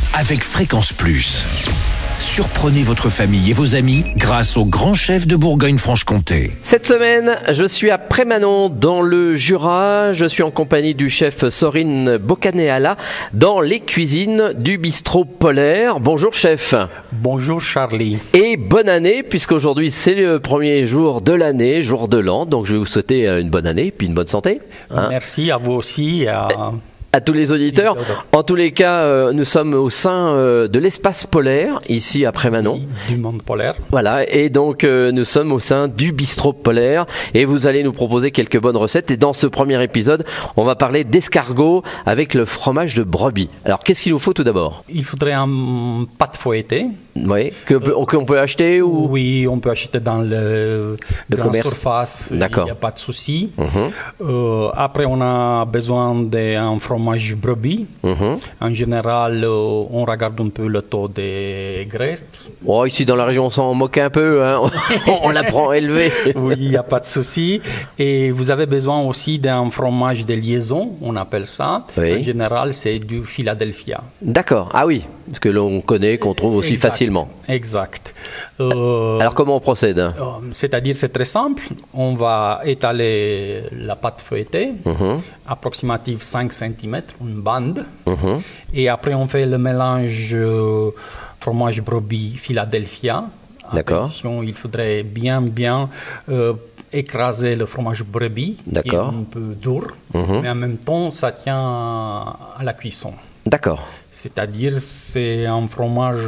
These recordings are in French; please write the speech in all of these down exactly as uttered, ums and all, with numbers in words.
avec Fréquence Plus. Surprenez votre famille et vos amis grâce au grand chef de Bourgogne-Franche-Comté. Cette semaine, je suis à Prémanon, dans le Jura. Je suis en compagnie du chef Sorine Boccaneala dans les cuisines du bistrot Polaire. Bonjour chef. Bonjour Charlie. Et bonne année, puisqu'aujourd'hui c'est le premier jour de l'année, jour de l'an. Donc je vais vous souhaiter une bonne année, puis une bonne santé. Hein. Merci à vous aussi. À... À tous les auditeurs. En tous les cas, euh, nous sommes au sein euh, de l'espace polaire, ici à Prémanon. Oui, du monde polaire. Voilà, et donc euh, nous sommes au sein du bistrot polaire et vous allez nous proposer quelques bonnes recettes. Et dans ce premier épisode, on va parler d'escargot avec le fromage de brebis. Alors, qu'est-ce qu'il nous faut tout d'abord ? Il faudrait un pâte fouettée. Oui, que peut, euh, qu'on peut acheter ou... Oui, on peut acheter dans le, le dans commerce. La surface. D'accord. Il n'y a pas de souci. Uh-huh. Euh, après, on a besoin d'un fromage brebis. Uh-huh. En général, euh, on regarde un peu le taux de graisse. Oh, ici dans la région, on s'en moque un peu. Hein. On la prend élevée. Oui, il n'y a pas de souci. Et vous avez besoin aussi d'un fromage de liaison, on appelle ça. Oui. En général, c'est du Philadelphia. D'accord. Ah oui, ce que l'on connaît, qu'on trouve aussi exact, facilement. Exact. Euh, Alors comment on procède ? euh, C'est-à-dire, c'est très simple. On va étaler la pâte feuilletée, uh-huh. approximative cinq centimètres, une bande. Uh-huh. Et après, on fait le mélange euh, fromage brebis Philadelphia. D'accord. Attention, il faudrait bien, bien euh, écraser le fromage brebis, D'accord. qui est un peu dur, uh-huh. mais en même temps, ça tient à la cuisson. D'accord. C'est-à-dire, c'est un fromage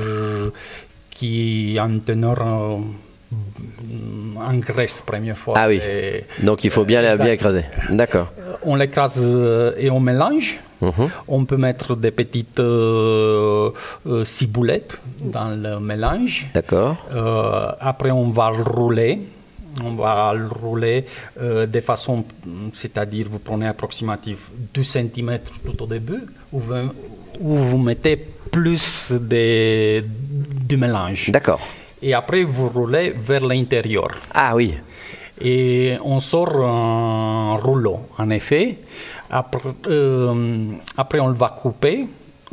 qui a une teneur euh, en graisse, première fois. Ah oui, et, donc il faut bien, euh, bien écraser. D'accord. On l'écrase euh, et on mélange. Uh-huh. On peut mettre des petites euh, euh, ciboulettes dans le mélange. D'accord. Euh, après, on va le rouler. On va le rouler euh, de façon, c'est-à-dire vous prenez approximativement deux centimètres tout au début, où vous, où vous mettez plus de, de mélange. D'accord. Et après, vous roulez vers l'intérieur. Ah oui. Et on sort un rouleau, en effet. Après, euh, après on le va couper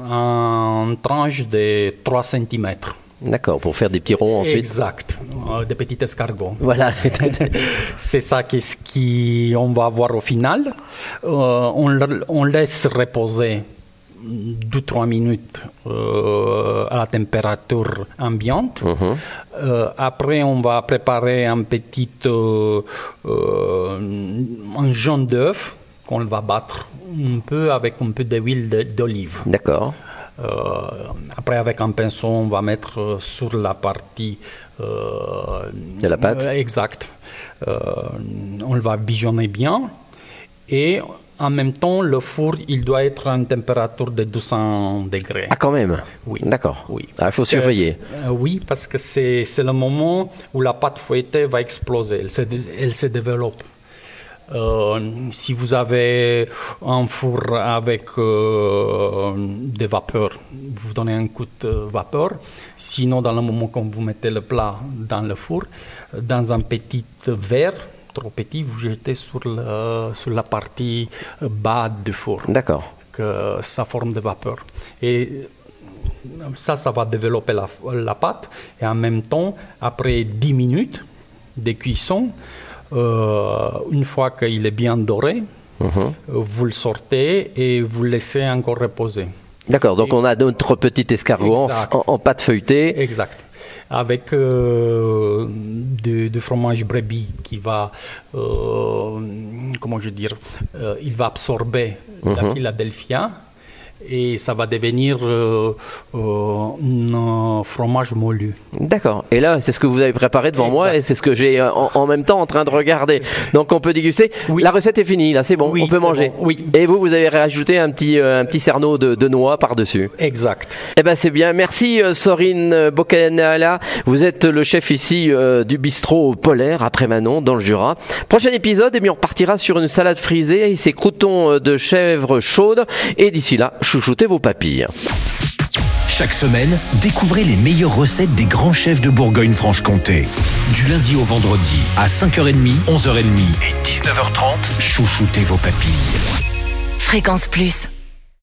en tranches de trois centimètres. D'accord, pour faire des petits ronds ensuite. Exact, euh, des petits escargots. Voilà. C'est ça qu'est-ce qu'on va avoir au final. Euh, on, on laisse reposer deux à trois minutes euh, à la température ambiante. Uh-huh. Euh, après, on va préparer un petit euh, euh, un jaune d'œuf qu'on va battre un peu avec un peu d'huile d'olive. D'accord. Euh, après, avec un pinceau, on va mettre euh, sur la partie euh, de la pâte. Euh, exact. Euh, on le va bijonner bien. Et en même temps, le four, il doit être à une température de deux cents degrés. Ah, quand même ? Oui. D'accord. Oui. Ah, il faut surveiller. Euh, oui, parce que c'est, c'est le moment où la pâte fouettée va exploser. Elle se, elle se développe. Euh, si vous avez un four avec euh, des vapeurs, vous donnez un coup de vapeur. Sinon, dans le moment où vous mettez le plat dans le four, dans un petit verre, trop petit, vous jetez sur, le, sur la partie bas du four. D'accord. Que ça forme de vapeur. Et ça, ça va développer la, la pâte. Et en même temps, après dix minutes de cuisson, Euh, une fois qu'il est bien doré, uh-huh. vous le sortez et vous le laissez encore reposer. D'accord, donc et on a notre petit escargot en, en pâte feuilletée. Exact. Avec euh, du, du fromage brebis qui va, euh, comment je veux dire, euh, il va absorber uh-huh. la Philadelphia. Et ça va devenir euh, euh, un fromage moulu. D'accord. Et là, c'est ce que vous avez préparé devant exact. Moi et c'est ce que j'ai en, en même temps en train de regarder. Donc on peut déguster. Oui. La recette est finie, là, c'est bon, oui, on peut manger. Bon. Oui. Et vous, vous avez rajouté un petit, euh, un petit cerneau de, de noix par-dessus. Exact. Eh bien, c'est bien. Merci euh, Sorine Boccaneala. Vous êtes le chef ici euh, du bistrot Polaire à Prémanon, dans le Jura. Prochain épisode, eh bien, on partira sur une salade frisée et ses croûtons de chèvre chaude. Et d'ici là, chouchoutez vos papilles. Chaque semaine, découvrez les meilleures recettes des grands chefs de Bourgogne-Franche-Comté. Du lundi au vendredi, à cinq heures trente, onze heures trente et dix-neuf heures trente, chouchoutez vos papilles. Fréquence Plus.